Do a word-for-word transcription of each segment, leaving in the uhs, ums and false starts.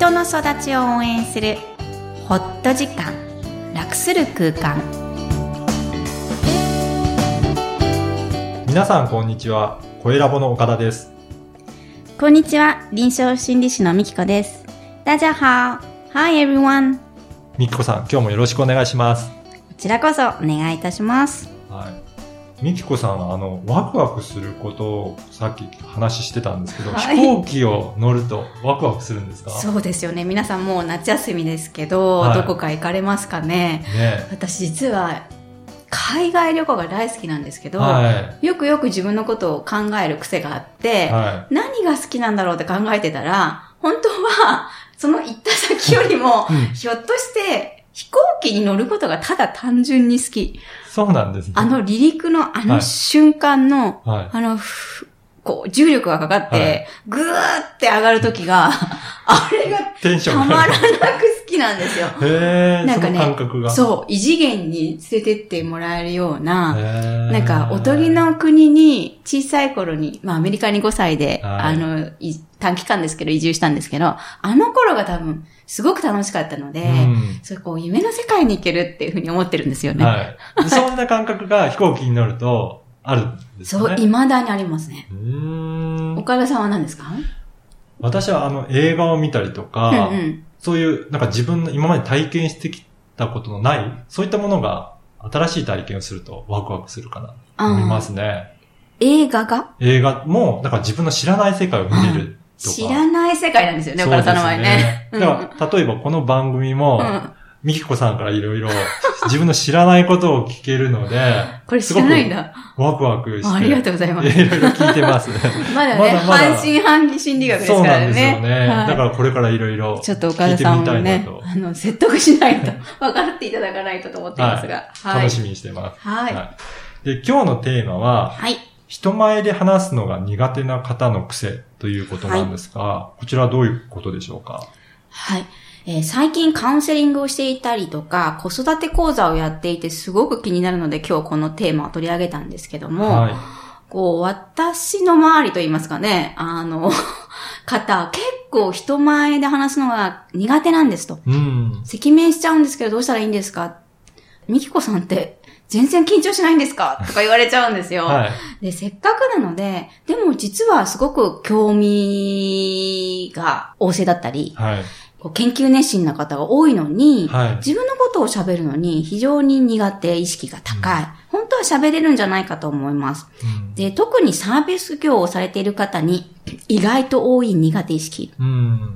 人の育ちを応援するホット時間、楽する空間。 皆さんこんにちは。声ラボの岡田です。 こんにちは。臨床心理士のみきこです。大家好。Hi everyone。 みきこさん、今日もよろしくお願いします。 こちらこそお願いいたします。 はい。みきこさんはあのワクワクすることをさっき話してたんですけど、はい、飛行機を乗るとワクワクするんですか？ そうですよね。皆さんもう夏休みですけど、はい、どこか行かれますかね。ね、私実は海外旅行が大好きなんですけど、はい、よくよく自分のことを考える癖があって、はい、何が好きなんだろうって考えてたら、本当はその行った先よりも、うん、ひょっとして飛行機に乗ることがただ単純に好き。 そうなんですね。 あの離陸のあの瞬間の、はい、あの、こう、重力がかかって、はい、ぐーって上がるときが、あれがたまらなく好きなんですよ。 へー、なんかね、その感覚が。 そう、異次元に連れてってもらえるような、なんか、おとぎの国に小さい頃に、まあアメリカにごさいで、はい、あの、短期間ですけど移住したんですけど、あの頃が多分、すごく楽しかったので、うん、そういうこう夢の世界に行けるっていうふうに思ってるんですよね。 はい。そんな感覚が飛行機に乗るとあるんですね。 そう、未だにありますね。うーん。岡田さんは何ですか？ 私はあの映画を見たりとか、うんうん、そういうなんか自分の今まで体験してきたことのない、そういったものが新しい体験をするとワクワクするかなと思いますね。 映画が？映画も、だから自分の知らない世界を見れる。 知らない世界なんですよね、岡田さんの前ね。 だから、例えばこの番組も、みきこさんからいろいろ自分の知らないことを聞けるので、 これ知らないんだ。 ワクワクして。 ありがとうございます。 いろいろ聞いてます。 まだね、まだまだ半信半疑心理学ですからね。 そうなんですよね。はい、だからこれからいろいろ聞いてみたいなと。ちょっと岡田さんもね、 あの、説得しないと、分かっていただかないとと思っていますが。 はい、楽しみにしてます。 はい。はい、 で、今日のテーマは、 はい。 人前で話すのが苦手な方の癖ということなんですが、はい、こちらはどういうことでしょうか？ はい。えー、最近カウンセリングをしていたりとか、子育て講座をやっていてすごく気になるので今日このテーマを取り上げたんですけども、はい、こう、私の周りといいますかね、あの、方、結構人前で話すのが苦手なんですと。うん。赤面しちゃうんですけどどうしたらいいんですか？みきこさんって全然緊張しないんですかとか言われちゃうんですよ。はい、で、せっかくなので、でも実はすごく興味が旺盛だったり、はい、こう研究熱心な方が多いのに、はい、自分のことを喋るのに非常に苦手意識が高い。うん、本当は喋れるんじゃないかと思います。うん、で、特にサービス業をされている方に意外と多い苦手意識。うん、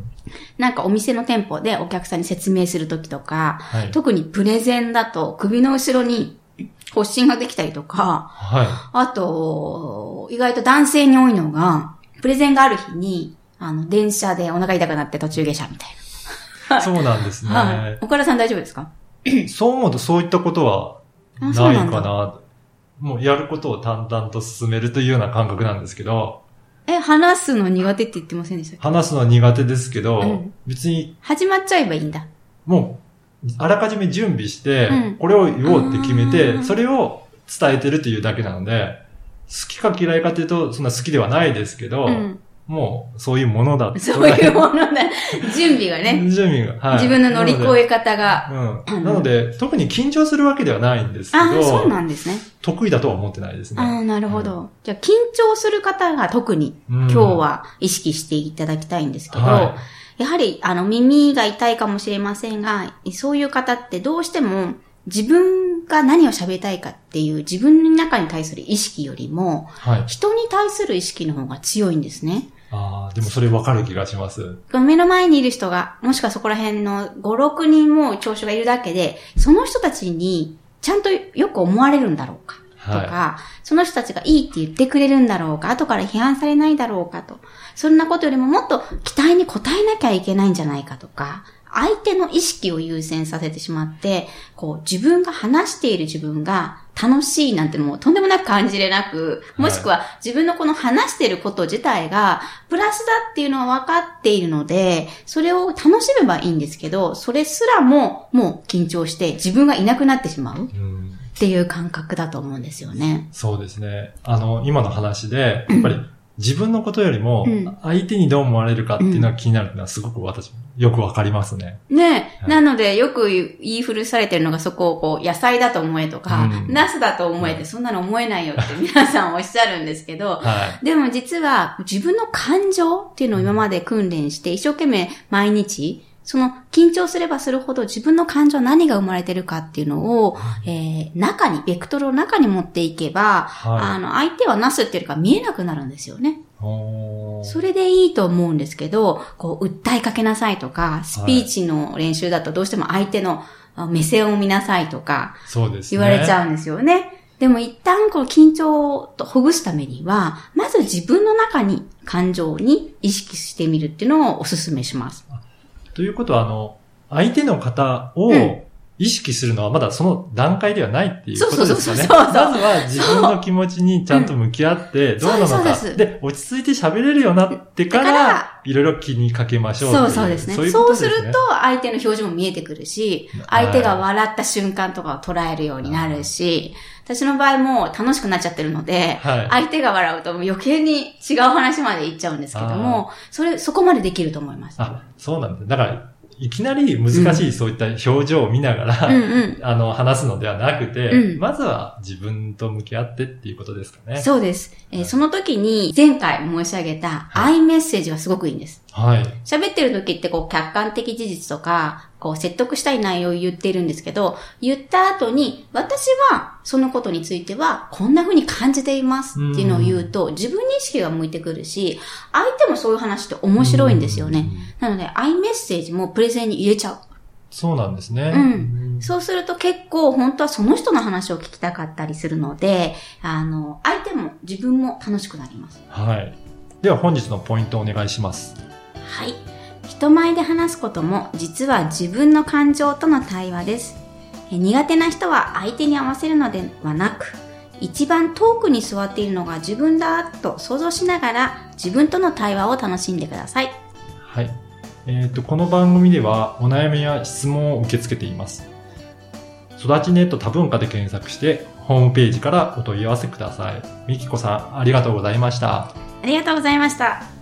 なんかお店の店舗でお客さんに説明するときとか、はい、特にプレゼンだと首の後ろに発疹ができたりとか、はい、あと、意外と男性に多いのが、プレゼンがある日に、あの、電車でお腹痛くなって途中下車みたいな。そうなんですね。はい、 岡田さん大丈夫ですか？ そう思うとそういったことはないかな。もうやることを淡々と進めるというような感覚なんですけど。 え、話すの苦手って言ってませんでしたっけ？ 話すのは苦手ですけど、うん、別に。 始まっちゃえばいいんだ。 もう、あらかじめ準備して、うん、これを言おうって決めて、それを伝えてるというだけなので、好きか嫌いかというと、そんな好きではないですけど、うん、もうそういうものだ。 そういうものだ。準備がね。 準備が。はい。 自分の乗り越え方が。 うん。なので、特に緊張するわけではないんですけど、 あ、そうなんですね。 得意だとは思ってないですね。 ああ、なるほど。うん、じゃあ、緊張する方が特に、今日は意識していただきたいんですけど、うん、はい、やはり、あの、耳が痛いかもしれませんが、そういう方ってどうしても自分が何を喋りたいかっていう自分の中に対する意識よりも、はい、人に対する意識の方が強いんですね。 ああ、でもそれ分かる気がします。 目の前にいる人が、もしくはそこら辺のご、ろくにんも聴衆がいるだけで、その人たちにちゃんとよく思われるんだろうか。とか、はい、その人たちがいいって言ってくれるんだろうか、後から批判されないだろうかと。そんなことよりももっと期待に応えなきゃいけないんじゃないかとか、相手の意識を優先させてしまって、こう自分が話している自分が楽しいなんてのもとんでもなく感じれなく、もしくは自分のこの話していること自体がプラスだっていうのは分かっているので、それを楽しめばいいんですけど、それすらももう緊張して自分がいなくなってしまう。うんっていう感覚だと思うんですよね。 そうですね。あの、今の話で、やっぱり自分のことよりも、相手にどう思われるかっていうのが気になるっていうのはすごく私もよくわかりますね。 ねえ、はい。なので、よく言い古されてるのがそこをこう、野菜だと思えとか、うん、ナスだと思えて、そんなの思えないよって皆さんおっしゃるんですけど、はい、でも実は自分の感情っていうのを今まで訓練して、一生懸命毎日、その緊張すればするほど自分の感情何が生まれてるかっていうのを、えー、中に、ベクトルを中に持っていけば、はい、あの、相手はナスっていうか見えなくなるんですよね。それでいいと思うんですけど、こう、訴えかけなさいとか、スピーチの練習だとどうしても相手の目線を見なさいとか、 そうですね。 言われちゃうんですよね。でも一旦こう緊張をほぐすためには、まず自分の中に感情に意識してみるっていうのをお勧めします。 ということは、あの、相手の方を意識するのはまだその段階ではないっていうことですかね。まずは自分の気持ちにちゃんと向き合って、どうなのか。で、落ち着いて喋れるようになってから、いろいろ気にかけましょう。 そうそうですね。そういうことですね。そうすると、相手の表情も見えてくるし、相手が笑った瞬間とかを捉えるようになるし、私の場合も楽しくなっちゃってるので、はい、相手が笑うと余計に違う話までいっちゃうんですけども、それ、そこまでできると思います。 あ、そうなんです。だから、いきなり難しいそういった表情を見ながら、うんうん、あの、話すのではなくて、うん、まずは自分と向き合ってっていうことですかね。 そうです。えー、その時に前回申し上げたアイメッセージはすごくいいんです。はい。喋ってる時ってこう客観的事実とか、こう説得したい内容を言っているんですけど、言った後に、私はそのことについてはこんな風に感じていますっていうのを言うと、自分に意識が向いてくるし、相手もそういう話って面白いんですよね。なので、アイメッセージもプレゼンに入れちゃう。 そうなんですね。 うん。そうすると結構本当はその人の話を聞きたかったりするので、あの、相手も自分も楽しくなります。 はい。では本日のポイントをお願いします。 はい。人前で話すことも実は自分の感情との対話です。苦手な人は相手に合わせるのではなく、一番遠くに座っているのが自分だと想像しながら自分との対話を楽しんでください。 はい。えっと、この番組ではお悩みや質問を受け付けています。育ちネット多文化で検索してホームページからお問い合わせください。みきこさん、ありがとうございました。 ありがとうございました。